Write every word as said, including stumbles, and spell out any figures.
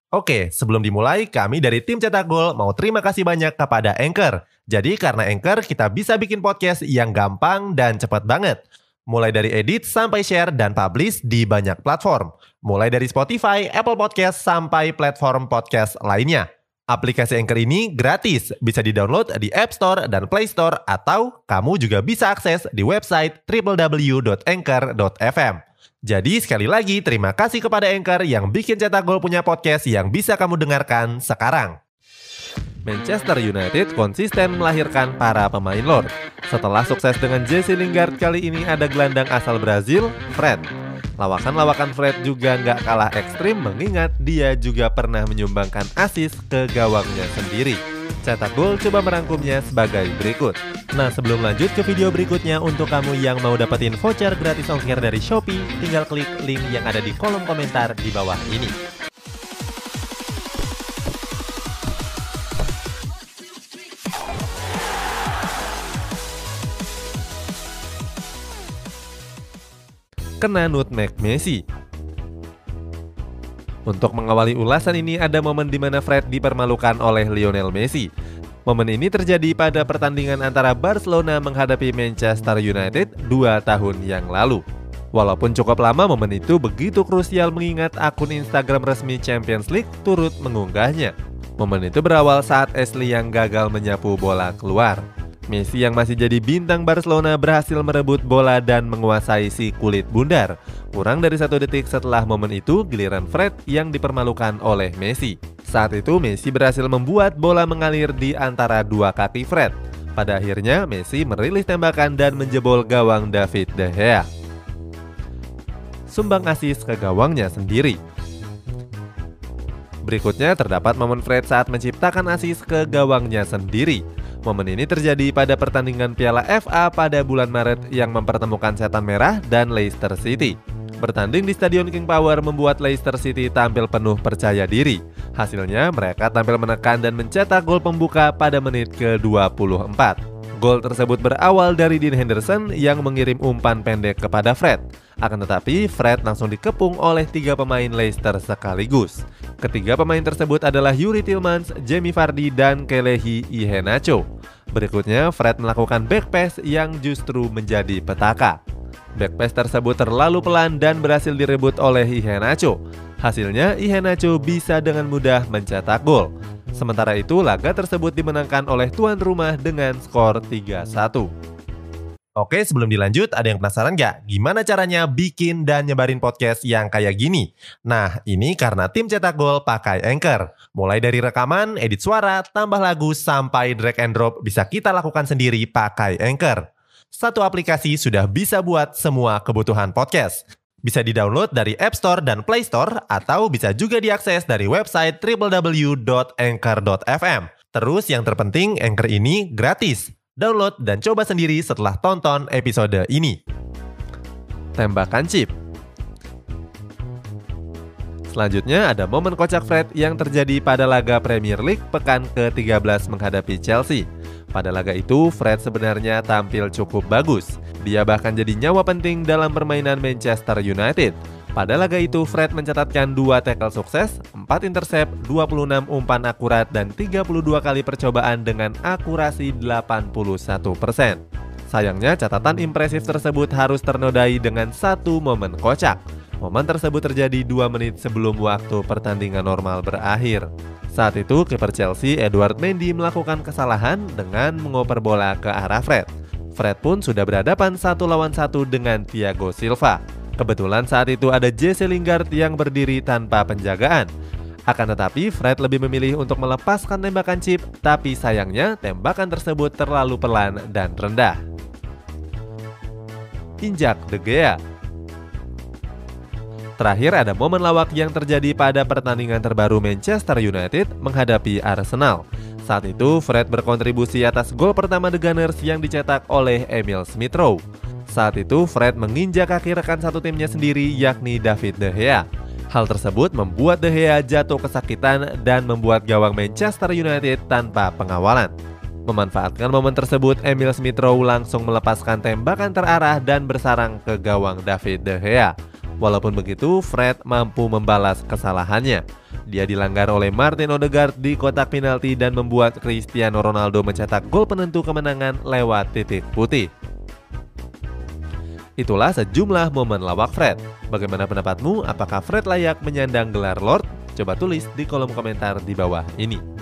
Oke, sebelum dimulai, kami dari tim Cetak Gol mau terima kasih banyak kepada Anchor. Jadi karena Anchor, kita bisa bikin podcast yang gampang dan cepat banget. Mulai dari edit sampai share dan publish di banyak platform. Mulai dari Spotify, Apple Podcast, sampai platform podcast lainnya. Aplikasi Anchor ini gratis, bisa di-download di App Store dan Play Store, atau kamu juga bisa akses di website w w w dot anchor dot f m. Jadi sekali lagi terima kasih kepada Anchor yang bikin Cetak Gol punya podcast yang bisa kamu dengarkan sekarang. Manchester United konsisten melahirkan para pemain lor. Setelah sukses dengan Jesse Lingard, kali ini ada gelandang asal Brazil, Fred. Lawakan-lawakan Fred juga nggak kalah ekstrim mengingat dia juga pernah menyumbangkan assist ke gawangnya sendiri. Cetak Gol coba merangkumnya sebagai berikut. Nah, sebelum lanjut ke video berikutnya, untuk kamu yang mau dapetin voucher gratis ongkir dari Shopee, tinggal klik link yang ada di kolom komentar di bawah ini. Kena nutmeg Messi. Untuk mengawali ulasan ini, ada momen di mana Fred dipermalukan oleh Lionel Messi. Momen ini terjadi pada pertandingan antara Barcelona menghadapi Manchester United dua tahun yang lalu. Walaupun cukup lama, momen itu begitu krusial mengingat akun Instagram resmi Champions League turut mengunggahnya. Momen itu berawal saat Ashley yang gagal menyapu bola keluar. Messi yang masih jadi bintang Barcelona berhasil merebut bola dan menguasai si kulit bundar. Kurang dari satu detik setelah momen itu, giliran Fred yang dipermalukan oleh Messi. Saat itu Messi berhasil membuat bola mengalir di antara dua kaki Fred. Pada akhirnya Messi merilis tembakan dan menjebol gawang David De Gea. Sumbang assist ke gawangnya sendiri. Berikutnya terdapat momen Fred saat menciptakan assist ke gawangnya sendiri. Momen ini terjadi pada pertandingan Piala F A pada bulan Maret yang mempertemukan Setan Merah dan Leicester City. Bertanding di Stadion King Power membuat Leicester City tampil penuh percaya diri. Hasilnya mereka tampil menekan dan mencetak gol pembuka pada menit ke dua puluh empat. Gol tersebut berawal dari Dean Henderson yang mengirim umpan pendek kepada Fred. Akan tetapi Fred langsung dikepung oleh tiga pemain Leicester sekaligus. Ketiga pemain tersebut adalah Youri Tielemans, Jamie Vardy, dan Kelechi Iheanacho. Berikutnya Fred melakukan back pass yang justru menjadi petaka. Back pass tersebut terlalu pelan dan berhasil direbut oleh Iheanacho. Hasilnya Iheanacho bisa dengan mudah mencetak gol. Sementara itu laga tersebut dimenangkan oleh tuan rumah dengan skor tiga satu. Oke, sebelum dilanjut, ada yang penasaran nggak gimana caranya bikin dan nyebarin podcast yang kayak gini? Nah, ini karena tim Cetak Gol pakai Anchor. Mulai dari rekaman, edit suara, tambah lagu, sampai drag and drop bisa kita lakukan sendiri pakai Anchor. Satu aplikasi sudah bisa buat semua kebutuhan podcast. Bisa di-download dari App Store dan Play Store, atau bisa juga diakses dari website w w w dot anchor dot f m. Terus yang terpenting, Anchor ini gratis. Download dan coba sendiri setelah tonton episode ini. Tembakan chip. Selanjutnya ada momen kocak Fred yang terjadi pada laga Premier League pekan ke tiga belas menghadapi Chelsea. Pada laga itu, Fred sebenarnya tampil cukup bagus. Dia bahkan jadi nyawa penting dalam permainan Manchester United. Pada laga itu, Fred mencatatkan dua tackle sukses, empat intercept, dua puluh enam umpan akurat, dan tiga puluh dua kali percobaan dengan akurasi delapan puluh satu persen. Sayangnya, catatan impresif tersebut harus ternodai dengan satu momen kocak. Momen tersebut terjadi dua menit sebelum waktu pertandingan normal berakhir. Saat itu, kiper Chelsea Edouard Mendy melakukan kesalahan dengan mengoper bola ke arah Fred. Fred pun sudah berhadapan satu lawan satu dengan Thiago Silva. Kebetulan saat itu ada Jesse Lingard yang berdiri tanpa penjagaan. Akan tetapi Fred lebih memilih untuk melepaskan tembakan chip, tapi sayangnya tembakan tersebut terlalu pelan dan rendah. Injak De Gea. Terakhir ada momen lawak yang terjadi pada pertandingan terbaru Manchester United menghadapi Arsenal. Saat itu Fred berkontribusi atas gol pertama The Gunners yang dicetak oleh Emil Smith-Rowe. Saat itu Fred menginjak kaki rekan satu timnya sendiri yakni David De Gea. Hal tersebut membuat De Gea jatuh kesakitan dan membuat gawang Manchester United tanpa pengawalan. Memanfaatkan momen tersebut, Emil Smith-Rowe langsung melepaskan tembakan terarah dan bersarang ke gawang David De Gea. Walaupun begitu, Fred mampu membalas kesalahannya. Dia dilanggar oleh Martin Odegaard di kotak penalti dan membuat Cristiano Ronaldo mencetak gol penentu kemenangan lewat titik putih. Itulah sejumlah momen lawak Fred. Bagaimana pendapatmu? Apakah Fred layak menyandang gelar Lord? Coba tulis di kolom komentar di bawah ini.